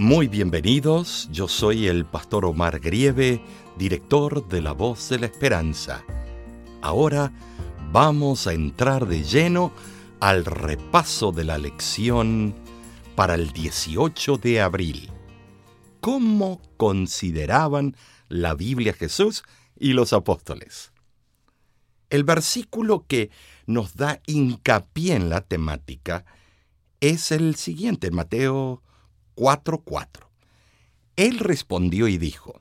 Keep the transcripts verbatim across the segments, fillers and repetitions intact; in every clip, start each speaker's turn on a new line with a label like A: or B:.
A: Muy bienvenidos, yo soy el pastor Omar Grieve, director de La Voz de la Esperanza. Ahora vamos a entrar de lleno al repaso de la lección para el dieciocho de abril. ¿Cómo consideraban la Biblia Jesús y los apóstoles? El versículo que nos da hincapié en la temática es el siguiente, Mateo cuatro cuatro. Él respondió y dijo: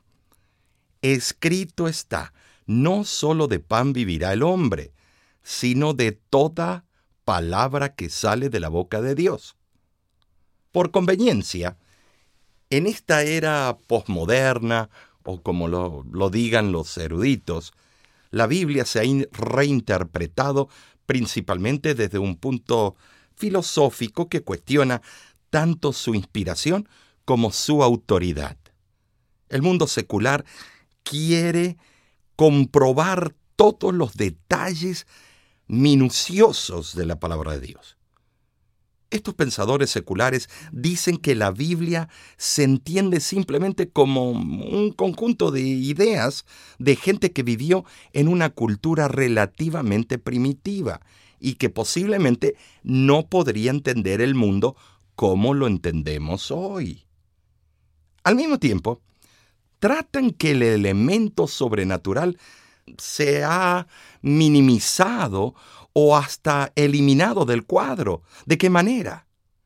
A: escrito está, no solo de pan vivirá el hombre, sino de toda palabra que sale de la boca de Dios. Por conveniencia, en esta era posmoderna, o como lo, lo digan los eruditos, la Biblia se ha in- reinterpretado principalmente desde un punto filosófico que cuestiona tanto su inspiración como su autoridad. El mundo secular quiere comprobar todos los detalles minuciosos de la palabra de Dios. Estos pensadores seculares dicen que la Biblia se entiende simplemente como un conjunto de ideas de gente que vivió en una cultura relativamente primitiva y que posiblemente no podría entender el mundo como lo entendemos hoy. Al mismo tiempo, tratan que el elemento sobrenatural se ha minimizado o hasta eliminado del cuadro. ¿De qué manera?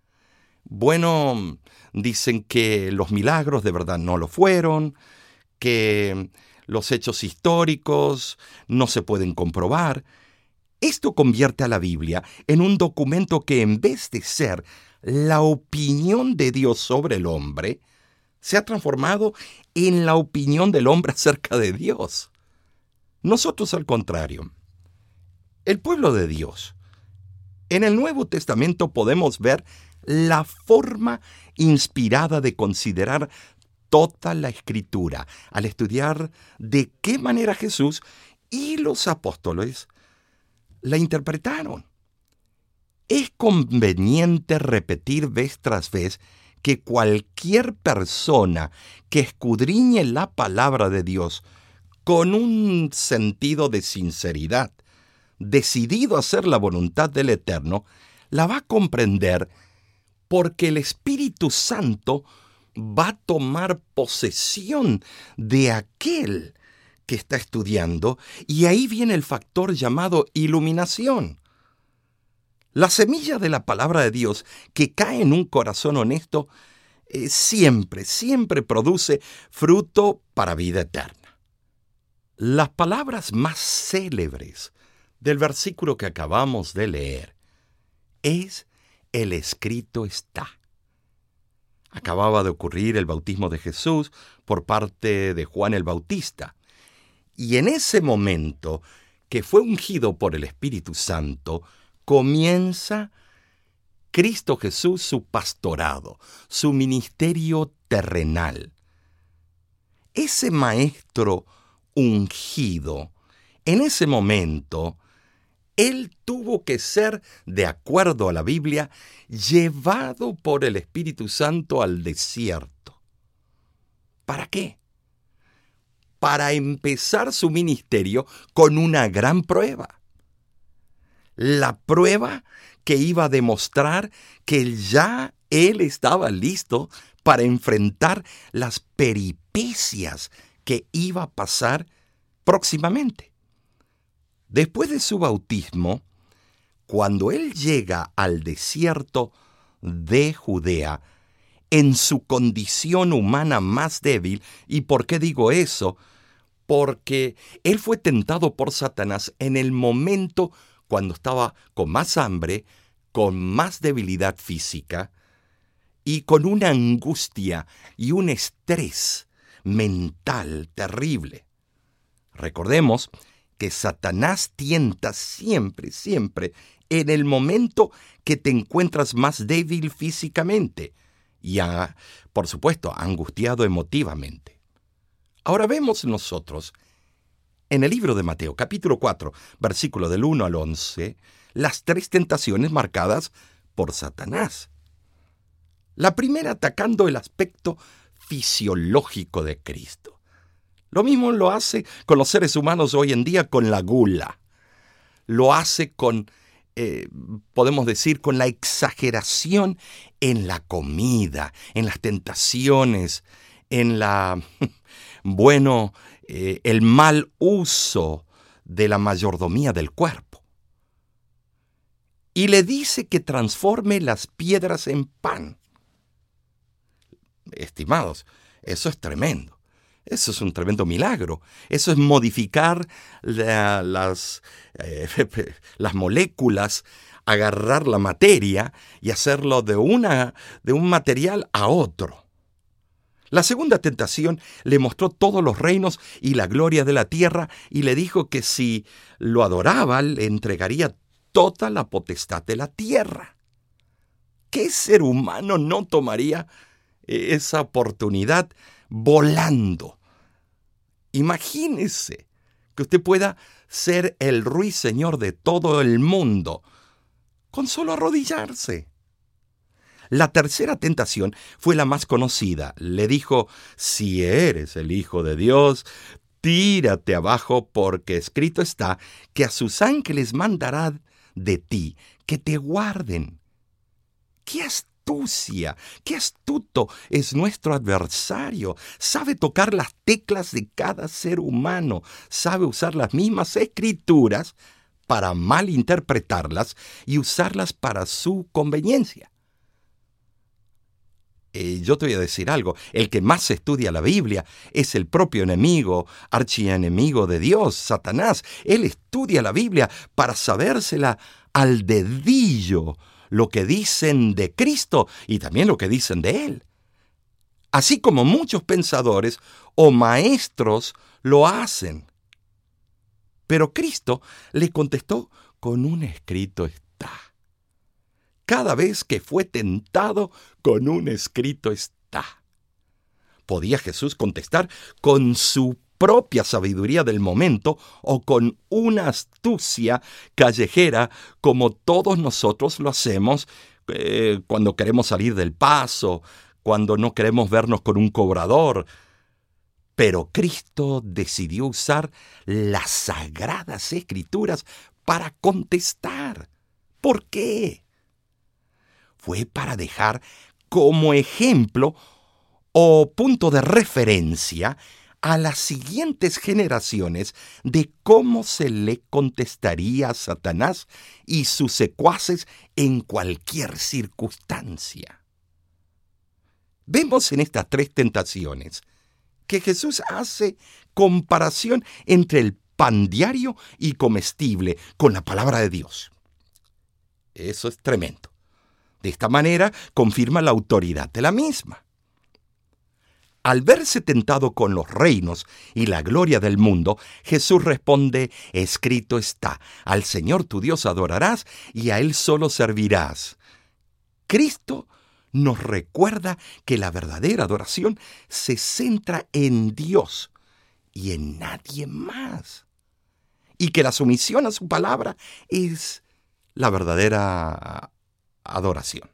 A: Bueno, dicen que los milagros de verdad no lo fueron, que los hechos históricos no se pueden comprobar. Esto convierte a la Biblia en un documento que, en vez de ser la opinión de Dios sobre el hombre, se ha transformado en la opinión del hombre acerca de Dios. Nosotros, al contrario, el pueblo de Dios, en el Nuevo Testamento podemos ver la forma inspirada de considerar toda la Escritura, al estudiar de qué manera Jesús y los apóstoles la interpretaron. Es conveniente repetir vez tras vez que cualquier persona que escudriñe la palabra de Dios con un sentido de sinceridad, decidido a hacer la voluntad del Eterno, la va a comprender porque el Espíritu Santo va a tomar posesión de aquel que está estudiando, y ahí viene el factor llamado iluminación. La semilla de la palabra de Dios que cae en un corazón honesto eh, siempre, siempre produce fruto para vida eterna. Las palabras más célebres del versículo que acabamos de leer es el escrito está. Acababa de ocurrir el bautismo de Jesús por parte de Juan el Bautista. Y en ese momento que fue ungido por el Espíritu Santo, comienza Cristo Jesús su pastorado, su ministerio terrenal. Ese maestro ungido, en ese momento, él tuvo que ser, de acuerdo a la Biblia, llevado por el Espíritu Santo al desierto. ¿Para qué? Para empezar su ministerio con una gran prueba. La prueba que iba a demostrar que ya él estaba listo para enfrentar las peripecias que iba a pasar próximamente. Después de su bautismo, cuando él llega al desierto de Judea, en su condición humana más débil, ¿y por qué digo eso? Porque él fue tentado por Satanás en el momento cuando estaba con más hambre, con más debilidad física y con una angustia y un estrés mental terrible. Recordemos que Satanás tienta siempre, siempre en el momento que te encuentras más débil físicamente y, a, por supuesto, angustiado emotivamente. Ahora vemos nosotros, en el libro de Mateo, capítulo cuatro, versículo del uno al once, las tres tentaciones marcadas por Satanás. La primera atacando el aspecto fisiológico de Cristo. Lo mismo lo hace con los seres humanos hoy en día con la gula. Lo hace con, eh, podemos decir, con la exageración en la comida, en las tentaciones, en la, bueno, eh, el mal uso de la mayordomía del cuerpo. Y le dice que transforme las piedras en pan. Estimados, eso es tremendo. Eso es un tremendo milagro. Eso es modificar la, las, eh, las moléculas, agarrar la materia y hacerlo de, una, de un material a otro. La segunda tentación le mostró todos los reinos y la gloria de la tierra y le dijo que si lo adoraba, le entregaría toda la potestad de la tierra. ¿Qué ser humano no tomaría esa oportunidad volando? Imagínese que usted pueda ser el ruiseñor de todo el mundo con solo arrodillarse. La tercera tentación fue la más conocida. Le dijo, si eres el Hijo de Dios, tírate abajo, porque escrito está que a sus ángeles mandará de ti que te guarden. ¡Qué astucia! ¡Qué astuto es nuestro adversario! Sabe tocar las teclas de cada ser humano, sabe usar las mismas escrituras para malinterpretarlas y usarlas para su conveniencia. Eh, yo te voy a decir algo, el que más estudia la Biblia es el propio enemigo, archienemigo de Dios, Satanás. Él estudia la Biblia para sabérsela al dedillo, lo que dicen de Cristo y también lo que dicen de Él. Así como muchos pensadores o maestros lo hacen. Pero Cristo le contestó, con un escrito está. Cada vez que fue tentado, con un escrito está. Podía Jesús contestar con su propia sabiduría del momento o con una astucia callejera como todos nosotros lo hacemos eh, cuando queremos salir del paso, cuando no queremos vernos con un cobrador. Pero Cristo decidió usar las sagradas escrituras para contestar. ¿Por qué? Fue para dejar como ejemplo o punto de referencia a las siguientes generaciones de cómo se le contestaría a Satanás y sus secuaces en cualquier circunstancia. Vemos en estas tres tentaciones que Jesús hace comparación entre el pan diario y comestible con la palabra de Dios. Eso es tremendo. De esta manera confirma la autoridad de la misma. Al verse tentado con los reinos y la gloria del mundo, Jesús responde, escrito está, al Señor tu Dios adorarás y a Él solo servirás. Cristo nos recuerda que la verdadera adoración se centra en Dios y en nadie más. Y que la sumisión a su palabra es la verdadera adoración.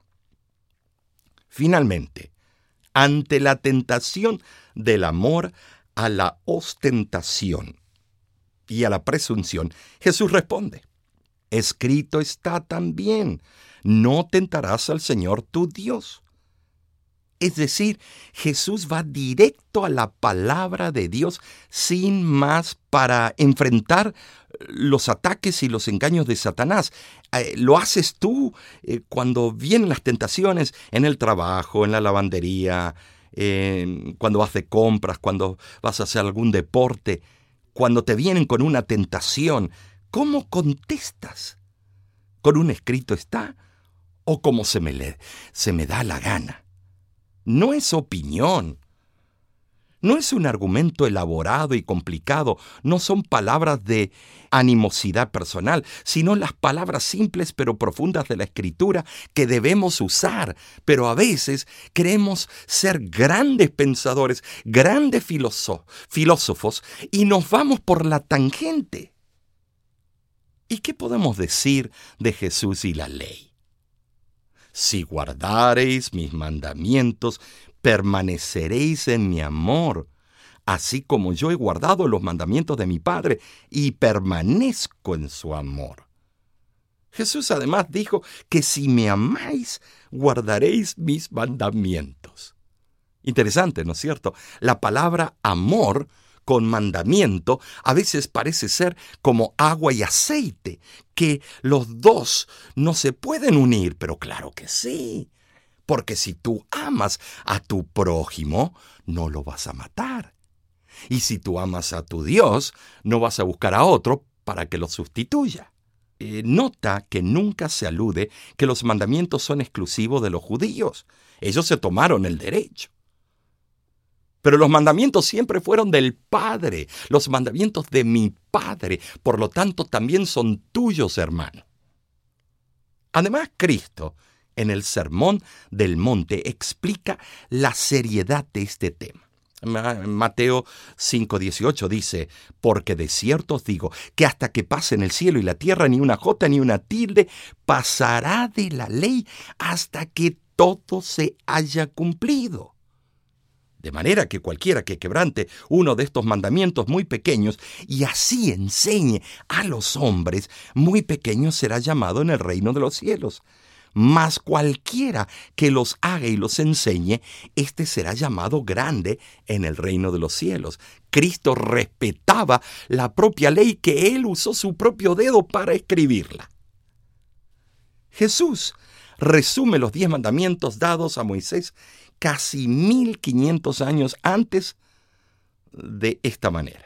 A: Finalmente, ante la tentación del amor a la ostentación y a la presunción, Jesús responde, escrito está también, no tentarás al Señor tu Dios. Es decir, Jesús va directo a la palabra de Dios sin más para enfrentar los ataques y los engaños de Satanás. Eh, lo haces tú eh, cuando vienen las tentaciones en el trabajo, en la lavandería, eh, cuando vas de compras, cuando vas a hacer algún deporte, cuando te vienen con una tentación. ¿Cómo contestas? ¿Con un escrito está? ¿O como se me, le, se me da la gana? No es opinión. No es un argumento elaborado y complicado, no son palabras de animosidad personal, sino las palabras simples pero profundas de la Escritura que debemos usar. Pero a veces queremos ser grandes pensadores, grandes filósofos, filósofos y nos vamos por la tangente. ¿Y qué podemos decir de Jesús y la ley? si guardareis mis mandamientos, permaneceréis en mi amor, así como yo he guardado los mandamientos de mi Padre y permanezco en su amor. Jesús además dijo que si me amáis, guardaréis mis mandamientos. Interesante, ¿no es cierto? La palabra amor con mandamiento a veces parece ser como agua y aceite, que los dos no se pueden unir, pero claro que sí, porque si tú amas a tu prójimo, no lo vas a matar. Y si tú amas a tu Dios, no vas a buscar a otro para que lo sustituya. Eh, nota que nunca se alude que los mandamientos son exclusivos de los judíos. Ellos se tomaron el derecho. Pero los mandamientos siempre fueron del Padre, los mandamientos de mi Padre, por lo tanto también son tuyos, hermano. Además, Cristo, en el Sermón del Monte, explica la seriedad de este tema. Mateo cinco dieciocho dice, porque de cierto os digo, que hasta que pasen el cielo y la tierra, ni una jota ni una tilde pasará de la ley hasta que todo se haya cumplido. De manera que cualquiera que quebrante uno de estos mandamientos muy pequeños y así enseñe a los hombres, muy pequeño será llamado en el reino de los cielos. Mas cualquiera que los haga y los enseñe, éste será llamado grande en el reino de los cielos. Cristo respetaba la propia ley que Él usó su propio dedo para escribirla. Jesús resume los diez mandamientos dados a Moisés casi mil quinientos años antes de esta manera.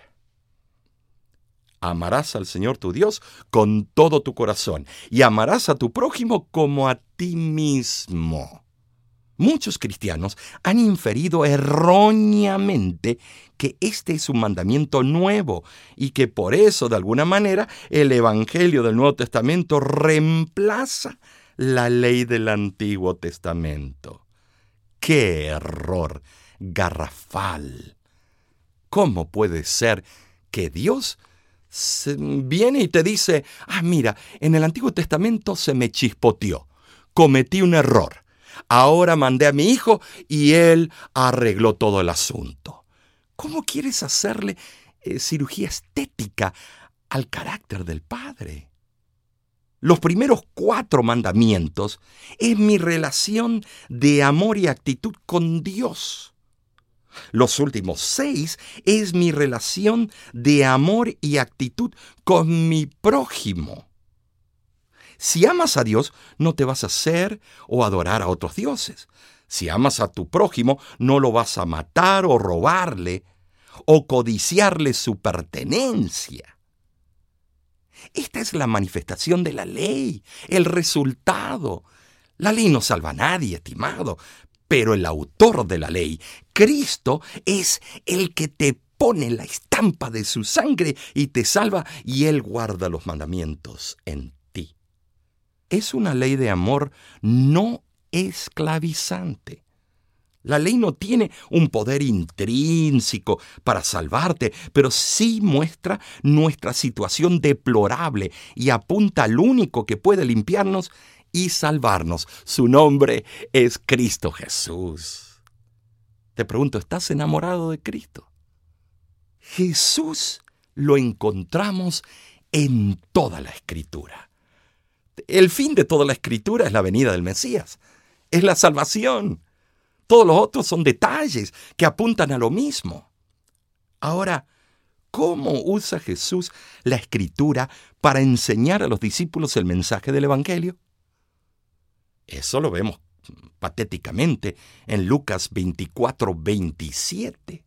A: Amarás al Señor tu Dios con todo tu corazón y amarás a tu prójimo como a ti mismo. Muchos cristianos han inferido erróneamente que este es un mandamiento nuevo y que por eso, de alguna manera, el Evangelio del Nuevo Testamento reemplaza la ley del Antiguo Testamento. ¡Qué error garrafal! ¿Cómo puede ser que Dios se viene y te dice, ah, mira, en el Antiguo Testamento se me chispoteó, cometí un error, ahora mandé a mi hijo y él arregló todo el asunto? ¿Cómo quieres hacerle eh, cirugía estética al carácter del Padre? Los primeros cuatro mandamientos es mi relación de amor y actitud con Dios. Los últimos seis es mi relación de amor y actitud con mi prójimo. Si amas a Dios, no te vas a hacer o adorar a otros dioses. Si amas a tu prójimo, no lo vas a matar o robarle o codiciarle su pertenencia. Esta es la manifestación de la ley, el resultado. La ley no salva a nadie, estimado, pero el autor de la ley, Cristo, es el que te pone la estampa de su sangre y te salva, y Él guarda los mandamientos en ti. Es una ley de amor no esclavizante. La ley no tiene un poder intrínseco para salvarte, pero sí muestra nuestra situación deplorable y apunta al único que puede limpiarnos y salvarnos. Su nombre es Cristo Jesús. Te pregunto, ¿estás enamorado de Cristo? Jesús lo encontramos en toda la Escritura. El fin de toda la Escritura es la venida del Mesías, es la salvación. Todos los otros son detalles que apuntan a lo mismo. Ahora, ¿cómo usa Jesús la Escritura para enseñar a los discípulos el mensaje del Evangelio? Eso lo vemos patéticamente en Lucas veinticuatro veintisiete.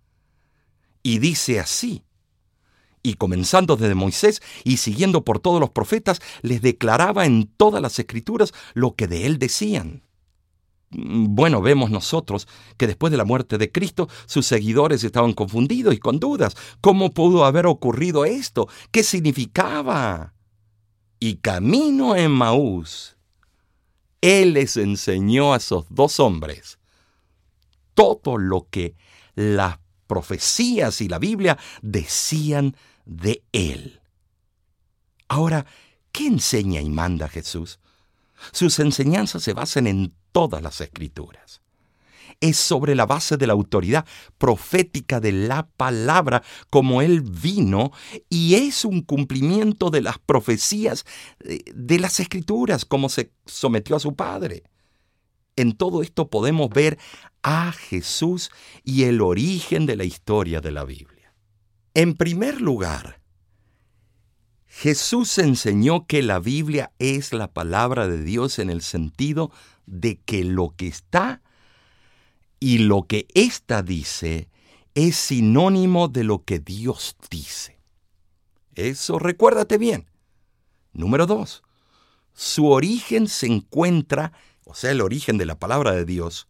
A: Y dice así: y comenzando desde Moisés y siguiendo por todos los profetas, les declaraba en todas las Escrituras lo que de él decían. Bueno, vemos nosotros que después de la muerte de Cristo, sus seguidores estaban confundidos y con dudas. ¿Cómo pudo haber ocurrido esto? ¿Qué significaba? Y camino a Emmaús, Él les enseñó a esos dos hombres todo lo que las profecías y la Biblia decían de Él. Ahora, ¿qué enseña y manda Jesús? Sus enseñanzas se basan en todas las Escrituras. Es sobre la base de la autoridad profética de la palabra como Él vino, y es un cumplimiento de las profecías de las Escrituras como se sometió a su Padre. En todo esto podemos ver a Jesús y el origen de la historia de la Biblia. En primer lugar, Jesús enseñó que la Biblia es la palabra de Dios en el sentido de que lo que está y lo que ésta dice es sinónimo de lo que Dios dice. Eso recuérdate bien. Número dos, su origen se encuentra, o sea, el origen de la palabra de Dios,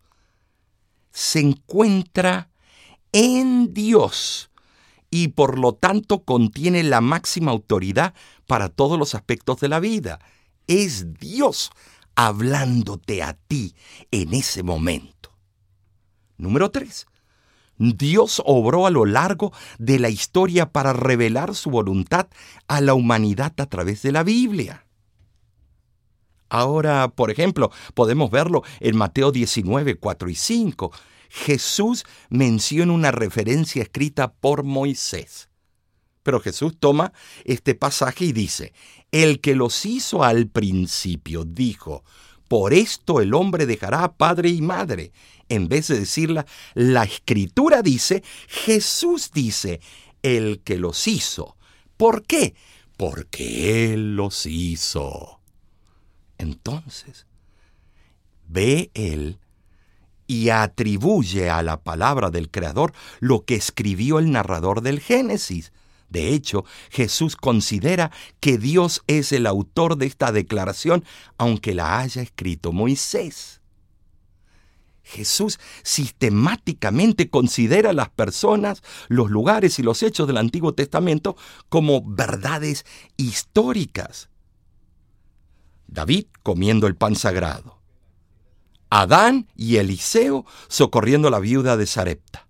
A: se encuentra en Dios y por lo tanto contiene la máxima autoridad para todos los aspectos de la vida. Es Dios hablándote a ti en ese momento. Número tres. Dios obró a lo largo de la historia para revelar su voluntad a la humanidad a través de la Biblia. Ahora, por ejemplo, podemos verlo en Mateo diecinueve, cuatro y cinco. Jesús menciona una referencia escrita por Moisés. Pero Jesús toma este pasaje y dice: el que los hizo al principio dijo, por esto el hombre dejará a padre y madre. En vez de decirla, la Escritura dice, Jesús dice, el que los hizo. ¿Por qué? Porque Él los hizo. Entonces, ve Él y atribuye a la palabra del Creador lo que escribió el narrador del Génesis. De hecho, Jesús considera que Dios es el autor de esta declaración, aunque la haya escrito Moisés. Jesús sistemáticamente considera las personas, los lugares y los hechos del Antiguo Testamento como verdades históricas. David comiendo el pan sagrado. Adán y Eliseo socorriendo a la viuda de Sarepta.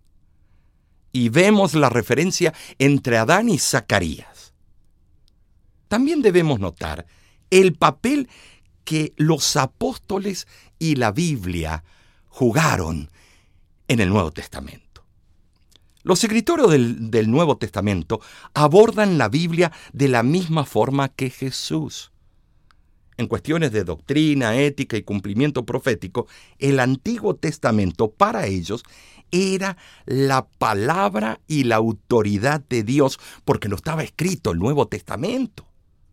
A: Y vemos la referencia entre Adán y Zacarías. También debemos notar el papel que los apóstoles y la Biblia jugaron en el Nuevo Testamento. Los escritores del, del Nuevo Testamento abordan la Biblia de la misma forma que Jesús. En cuestiones de doctrina, ética y cumplimiento profético, el Antiguo Testamento para ellos era la palabra y la autoridad de Dios, porque no estaba escrito el Nuevo Testamento.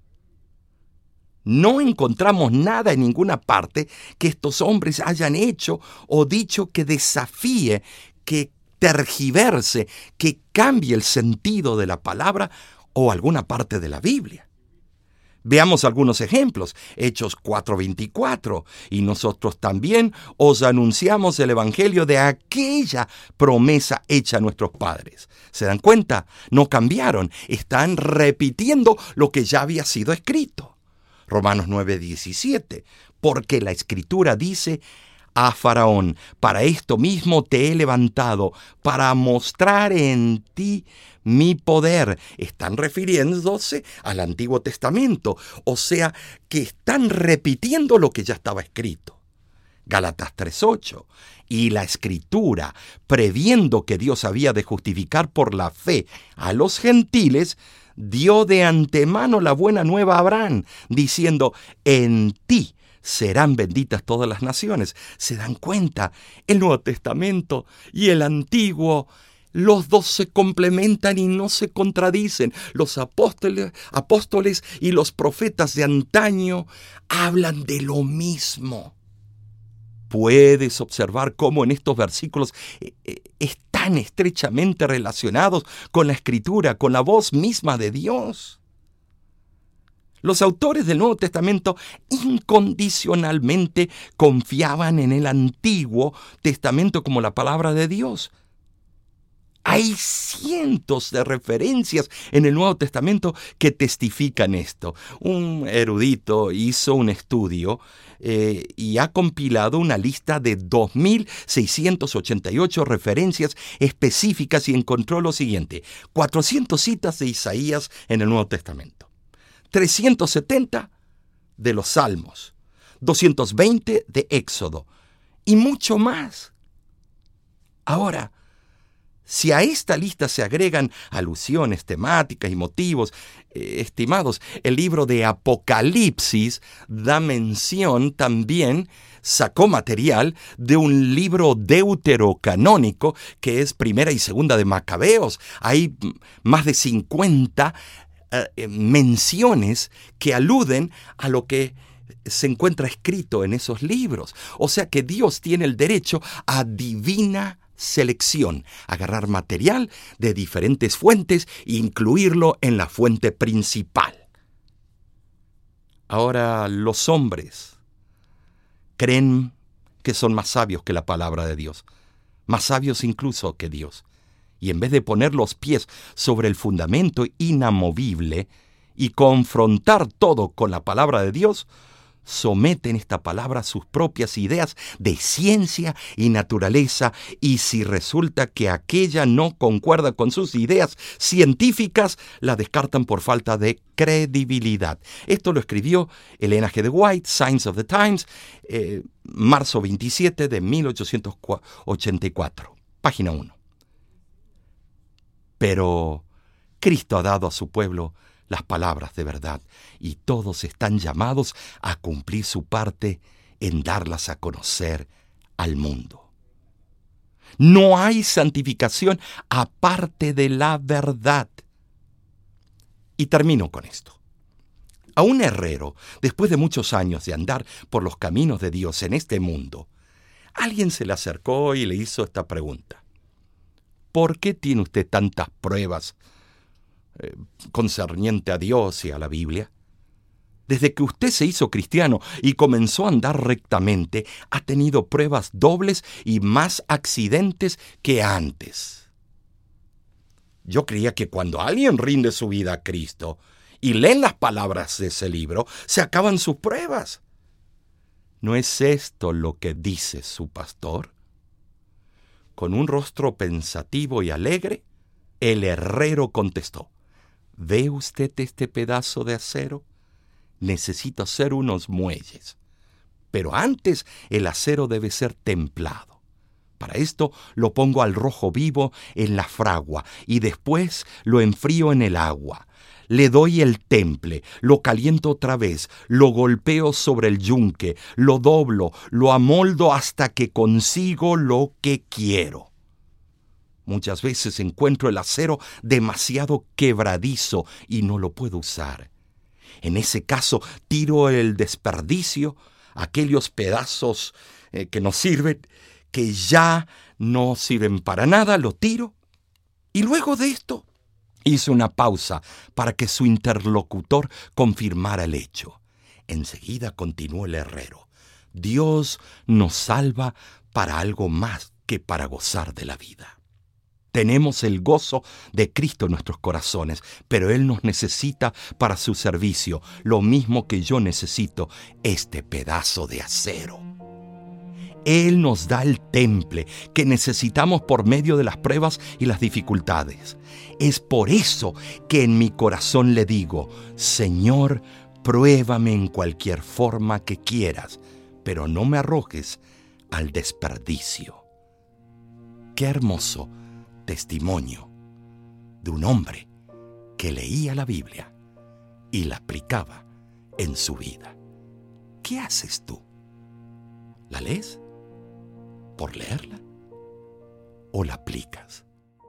A: No encontramos nada en ninguna parte que estos hombres hayan hecho o dicho que desafíe, que tergiverse, que cambie el sentido de la palabra o alguna parte de la Biblia. Veamos algunos ejemplos. Hechos cuatro veinticuatro. Y nosotros también os anunciamos el evangelio de aquella promesa hecha a nuestros padres. ¿Se dan cuenta? No cambiaron. Están repitiendo lo que ya había sido escrito. Romanos nueve diecisiete. Porque la Escritura dice a Faraón, para esto mismo te he levantado, para mostrar en ti mi poder. Están refiriéndose al Antiguo Testamento, o sea, que están repitiendo lo que ya estaba escrito. Gálatas tres ocho. Y la Escritura, previendo que Dios había de justificar por la fe a los gentiles, dio de antemano la buena nueva a Abraham, diciendo, en ti serán benditas todas las naciones. ¿Se dan cuenta? El Nuevo Testamento y el Antiguo, los dos se complementan y no se contradicen. Los apóstoles, apóstoles y los profetas de antaño hablan de lo mismo. Puedes observar cómo en estos versículos eh, eh, están estrechamente relacionados con la Escritura, con la voz misma de Dios. Los autores del Nuevo Testamento incondicionalmente confiaban en el Antiguo Testamento como la palabra de Dios. Hay cientos de referencias en el Nuevo Testamento que testifican esto. Un erudito hizo un estudio eh, y ha compilado una lista de dos mil seiscientas ochenta y ocho referencias específicas y encontró lo siguiente: cuatrocientas citas de Isaías en el Nuevo Testamento, trescientas setenta de los Salmos, doscientos veinte de Éxodo y mucho más. Ahora, si a esta lista se agregan alusiones, temáticas y motivos, eh, estimados, el libro de Apocalipsis da mención también, sacó material de un libro deuterocanónico que es Primera y Segunda de Macabeos. Hay más de cincuenta eh, menciones que aluden a lo que se encuentra escrito en esos libros. O sea que Dios tiene el derecho a divina selección, agarrar material de diferentes fuentes e incluirlo en la fuente principal. Ahora, los hombres creen que son más sabios que la palabra de Dios, más sabios incluso que Dios. Y en vez de poner los pies sobre el fundamento inamovible y confrontar todo con la palabra de Dios, someten esta palabra a sus propias ideas de ciencia y naturaleza, y si resulta que aquella no concuerda con sus ideas científicas, la descartan por falta de credibilidad. Esto lo escribió Elena G. de White, Signs of the Times, eh, marzo veintisiete de mil ochocientos ochenta y cuatro, página uno. Pero Cristo ha dado a su pueblo las palabras de verdad, y todos están llamados a cumplir su parte en darlas a conocer al mundo. No hay santificación aparte de la verdad. Y termino con esto. A un herrero, después de muchos años de andar por los caminos de Dios en este mundo, alguien se le acercó y le hizo esta pregunta: ¿por qué tiene usted tantas pruebas Eh, concerniente a Dios y a la Biblia? Desde que usted se hizo cristiano y comenzó a andar rectamente, ha tenido pruebas dobles y más accidentes que antes. Yo creía que cuando alguien rinde su vida a Cristo y leen las palabras de ese libro, se acaban sus pruebas. ¿No es esto lo que dice su pastor? Con un rostro pensativo y alegre, el herrero contestó: ¿ve usted este pedazo de acero? Necesito hacer unos muelles. Pero antes el acero debe ser templado. Para esto lo pongo al rojo vivo en la fragua y después lo enfrío en el agua. Le doy el temple, lo caliento otra vez, lo golpeo sobre el yunque, lo doblo, lo amoldo hasta que consigo lo que quiero. Muchas veces encuentro el acero demasiado quebradizo y no lo puedo usar. En ese caso, tiro el desperdicio, aquellos pedazos eh, que no sirven, que ya no sirven para nada, lo tiro. Y luego de esto, hice una pausa para que su interlocutor confirmara el hecho. Enseguida continuó el herrero: Dios nos salva para algo más que para gozar de la vida. Tenemos el gozo de Cristo en nuestros corazones, pero Él nos necesita para su servicio, lo mismo que yo necesito este pedazo de acero. Él nos da el temple que necesitamos por medio de las pruebas y las dificultades. Es por eso que en mi corazón le digo: Señor, pruébame en cualquier forma que quieras, pero no me arrojes al desperdicio. Qué hermoso testimonio de un hombre que leía la Biblia y la aplicaba en su vida. ¿Qué haces tú? ¿La lees por leerla o la aplicas?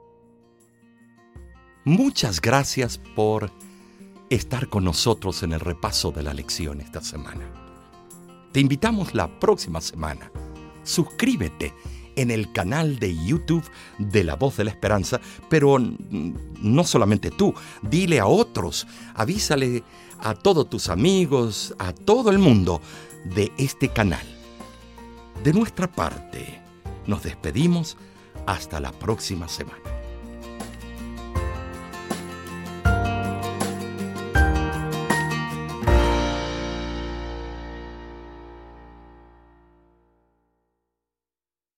A: Muchas gracias por estar con nosotros en el repaso de la lección esta semana. Te invitamos la próxima semana. Suscríbete en el canal de YouTube de La Voz de la Esperanza, pero no solamente tú, dile a otros, avísale a todos tus amigos, a todo el mundo de este canal. De nuestra parte, nos despedimos hasta la próxima semana.